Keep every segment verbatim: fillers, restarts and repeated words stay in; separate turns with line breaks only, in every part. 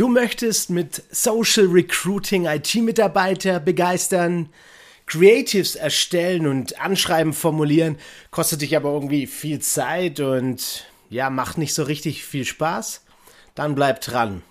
Du möchtest mit Social Recruiting I T-Mitarbeiter begeistern, Creatives erstellen und Anschreiben formulieren, kostet dich aber irgendwie viel Zeit und ja, macht nicht so richtig viel Spaß? Dann bleib dran.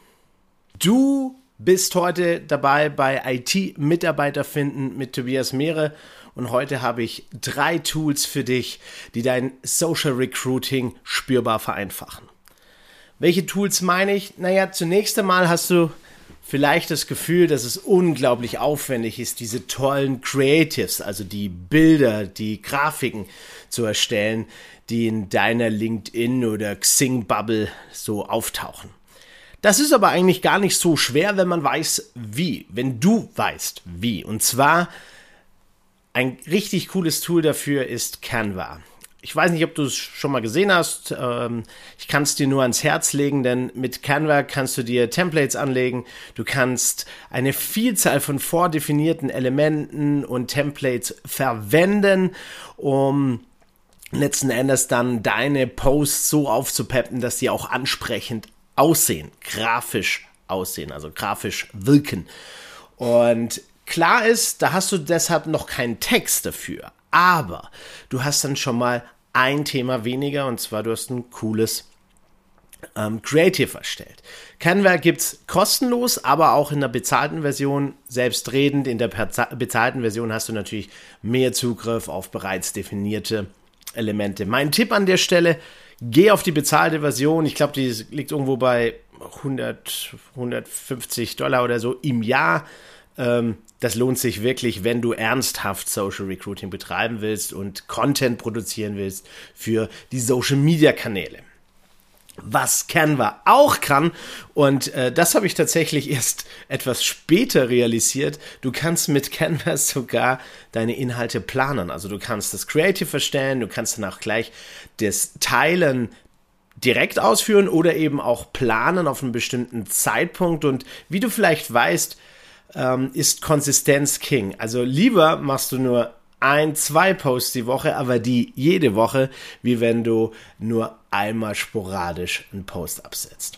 Du bist heute dabei bei I T-Mitarbeiter finden mit Tobias Mehre und heute habe ich drei Tools für dich, die dein Social Recruiting spürbar vereinfachen. Welche Tools meine ich? Naja, zunächst einmal hast du vielleicht das Gefühl, dass es unglaublich aufwendig ist, diese tollen Creatives, also die Bilder, die Grafiken zu erstellen, die in deiner LinkedIn- oder Xing-Bubble so auftauchen. Das ist aber eigentlich gar nicht so schwer, wenn man weiß, wie, wenn du weißt, wie. Und zwar ein richtig cooles Tool dafür ist Canva. Ich weiß nicht, ob du es schon mal gesehen hast. Ich kann es dir nur ans Herz legen, denn mit Canva kannst du dir Templates anlegen. Du kannst eine Vielzahl von vordefinierten Elementen und Templates verwenden, um letzten Endes dann deine Posts so aufzupeppen, dass sie auch ansprechend aussehen, grafisch aussehen, also grafisch wirken. Und klar ist, da hast du deshalb noch keinen Text dafür. Aber du hast dann schon mal ein Thema weniger, und zwar du hast ein cooles ähm, Creative erstellt. Canva gibt's kostenlos, aber auch in der bezahlten Version selbstredend. In der bezahlten Version hast du natürlich mehr Zugriff auf bereits definierte Elemente. Mein Tipp an der Stelle, geh auf die bezahlte Version. Ich glaube, die liegt irgendwo bei hundert, hundertfünfzig Dollar oder so im Jahr. Ähm, Das lohnt sich wirklich, wenn du ernsthaft Social Recruiting betreiben willst und Content produzieren willst für die Social Media Kanäle. Was Canva auch kann, und äh, das habe ich tatsächlich erst etwas später realisiert, du kannst mit Canva sogar deine Inhalte planen. Also du kannst das Creative erstellen, du kannst dann auch gleich das Teilen direkt ausführen oder eben auch planen auf einen bestimmten Zeitpunkt. Und wie du vielleicht weißt, ist Konsistenz King. Also lieber machst du nur ein, zwei Posts die Woche, aber die jede Woche, wie wenn du nur einmal sporadisch einen Post absetzt.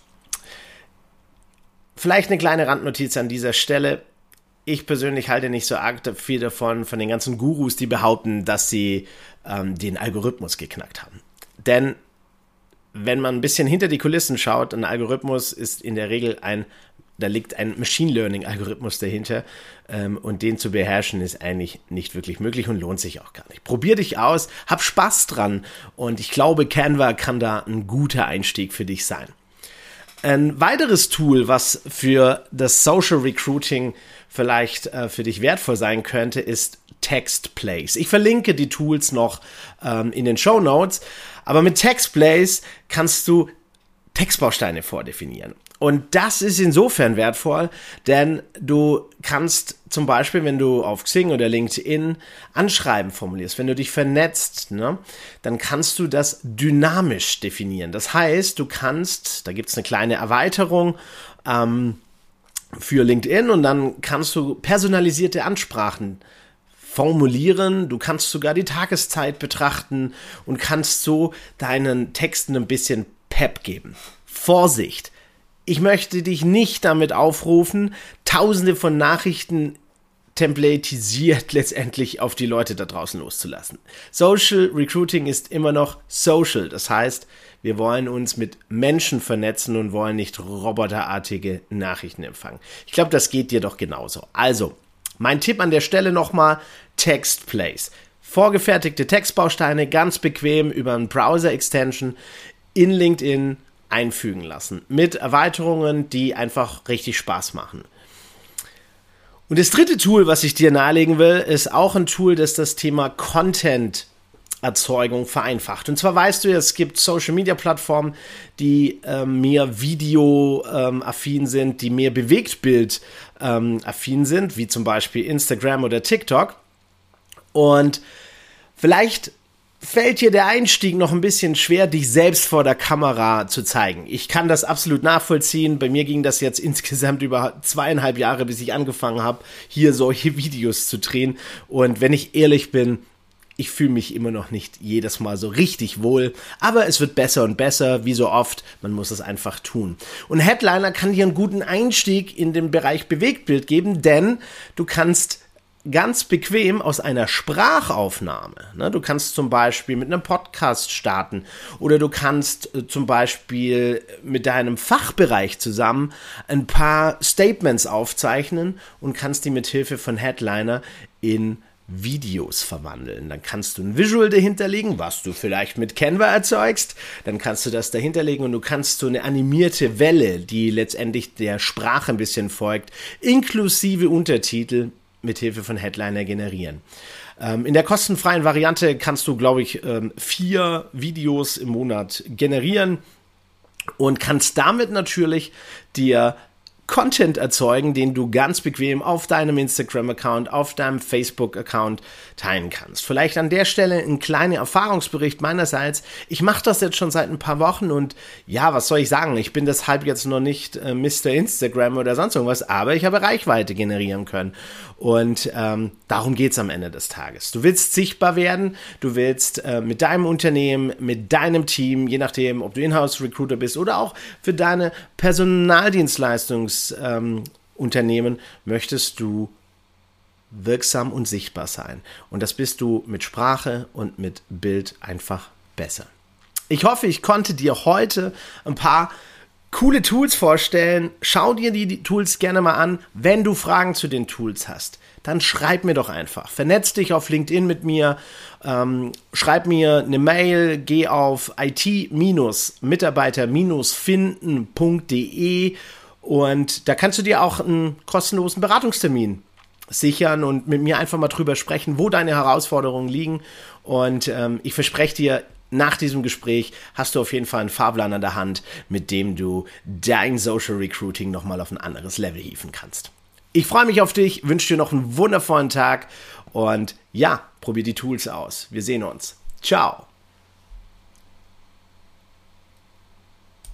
Vielleicht eine kleine Randnotiz an dieser Stelle. Ich persönlich halte nicht so arg viel davon, von den ganzen Gurus, die behaupten, dass sie ähm, den Algorithmus geknackt haben. Denn wenn man ein bisschen hinter die Kulissen schaut, ein Algorithmus ist in der Regel ein Da liegt ein Machine Learning-Algorithmus dahinter ähm, und den zu beherrschen ist eigentlich nicht wirklich möglich und lohnt sich auch gar nicht. Probier dich aus, hab Spaß dran und ich glaube, Canva kann da ein guter Einstieg für dich sein. Ein weiteres Tool, was für das Social Recruiting vielleicht äh, für dich wertvoll sein könnte, ist TextPlace. Ich verlinke die Tools noch ähm, in den Shownotes, aber mit TextPlace kannst du Textbausteine vordefinieren. Und das ist insofern wertvoll, denn du kannst zum Beispiel, wenn du auf Xing oder LinkedIn Anschreiben formulierst, wenn du dich vernetzt, ne, dann kannst du das dynamisch definieren. Das heißt, du kannst, da gibt es eine kleine Erweiterung ähm, für LinkedIn und dann kannst du personalisierte Ansprachen formulieren, du kannst sogar die Tageszeit betrachten und kannst so deinen Texten ein bisschen Pep geben. Vorsicht! Ich möchte dich nicht damit aufrufen, tausende von Nachrichten templatisiert letztendlich auf die Leute da draußen loszulassen. Social Recruiting ist immer noch social. Das heißt, wir wollen uns mit Menschen vernetzen und wollen nicht roboterartige Nachrichten empfangen. Ich glaube, das geht dir doch genauso. Also, mein Tipp an der Stelle nochmal, TextPlace. Vorgefertigte Textbausteine, ganz bequem über einen Browser-Extension in LinkedIn einfügen lassen. Mit Erweiterungen, die einfach richtig Spaß machen. Und das dritte Tool, was ich dir nahelegen will, ist auch ein Tool, das das Thema Content-Erzeugung vereinfacht. Und zwar weißt du ja, es gibt Social-Media-Plattformen, die äh, mehr Video-affin ähm, sind, die mehr Bewegtbild-affin ähm, sind, wie zum Beispiel Instagram oder TikTok. Und vielleicht fällt dir der Einstieg noch ein bisschen schwer, dich selbst vor der Kamera zu zeigen. Ich kann das absolut nachvollziehen. Bei mir ging das jetzt insgesamt über zweieinhalb Jahre, bis ich angefangen habe, hier solche Videos zu drehen. Und wenn ich ehrlich bin, ich fühle mich immer noch nicht jedes Mal so richtig wohl, aber es wird besser und besser, wie so oft, man muss es einfach tun. Und Headliner kann dir einen guten Einstieg in den Bereich Bewegtbild geben, denn du kannst ganz bequem aus einer Sprachaufnahme, ne, du kannst zum Beispiel mit einem Podcast starten oder du kannst äh, zum Beispiel mit deinem Fachbereich zusammen ein paar Statements aufzeichnen und kannst die mit Hilfe von Headliner in Videos verwandeln. Dann kannst du ein Visual dahinterlegen, was du vielleicht mit Canva erzeugst. Dann kannst du das dahinterlegen und du kannst so eine animierte Welle, die letztendlich der Sprache ein bisschen folgt, inklusive Untertitel mit Hilfe von Headliner generieren. Ähm, in der kostenfreien Variante kannst du, glaube ich, ähm, vier Videos im Monat generieren und kannst damit natürlich dir Content erzeugen, den du ganz bequem auf deinem Instagram-Account, auf deinem Facebook-Account teilen kannst. Vielleicht an der Stelle ein kleiner Erfahrungsbericht meinerseits. Ich mache das jetzt schon seit ein paar Wochen und ja, was soll ich sagen? Ich bin deshalb jetzt noch nicht äh, Mister Instagram oder sonst irgendwas, aber ich habe Reichweite generieren können. Und ähm, darum geht's am Ende des Tages. Du willst sichtbar werden, du willst äh, mit deinem Unternehmen, mit deinem Team, je nachdem, ob du Inhouse-Recruiter bist oder auch für deine Personaldienstleistungsunternehmen, ähm, möchtest du wirksam und sichtbar sein. Und das bist du mit Sprache und mit Bild einfach besser. Ich hoffe, ich konnte dir heute ein paar coole Tools vorstellen. Schau dir die Tools gerne mal an. Wenn du Fragen zu den Tools hast, dann schreib mir doch einfach. Vernetz dich auf LinkedIn mit mir. Ähm, schreib mir eine Mail. Geh auf I T Mitarbeiter finden punkt de und da kannst du dir auch einen kostenlosen Beratungstermin sichern und mit mir einfach mal drüber sprechen, wo deine Herausforderungen liegen. Und ähm, ich verspreche dir, nach diesem Gespräch hast du auf jeden Fall einen Fahrplan an der Hand, mit dem du dein Social Recruiting nochmal auf ein anderes Level hieven kannst. Ich freue mich auf dich, wünsche dir noch einen wundervollen Tag und ja, probier die Tools aus. Wir sehen uns. Ciao.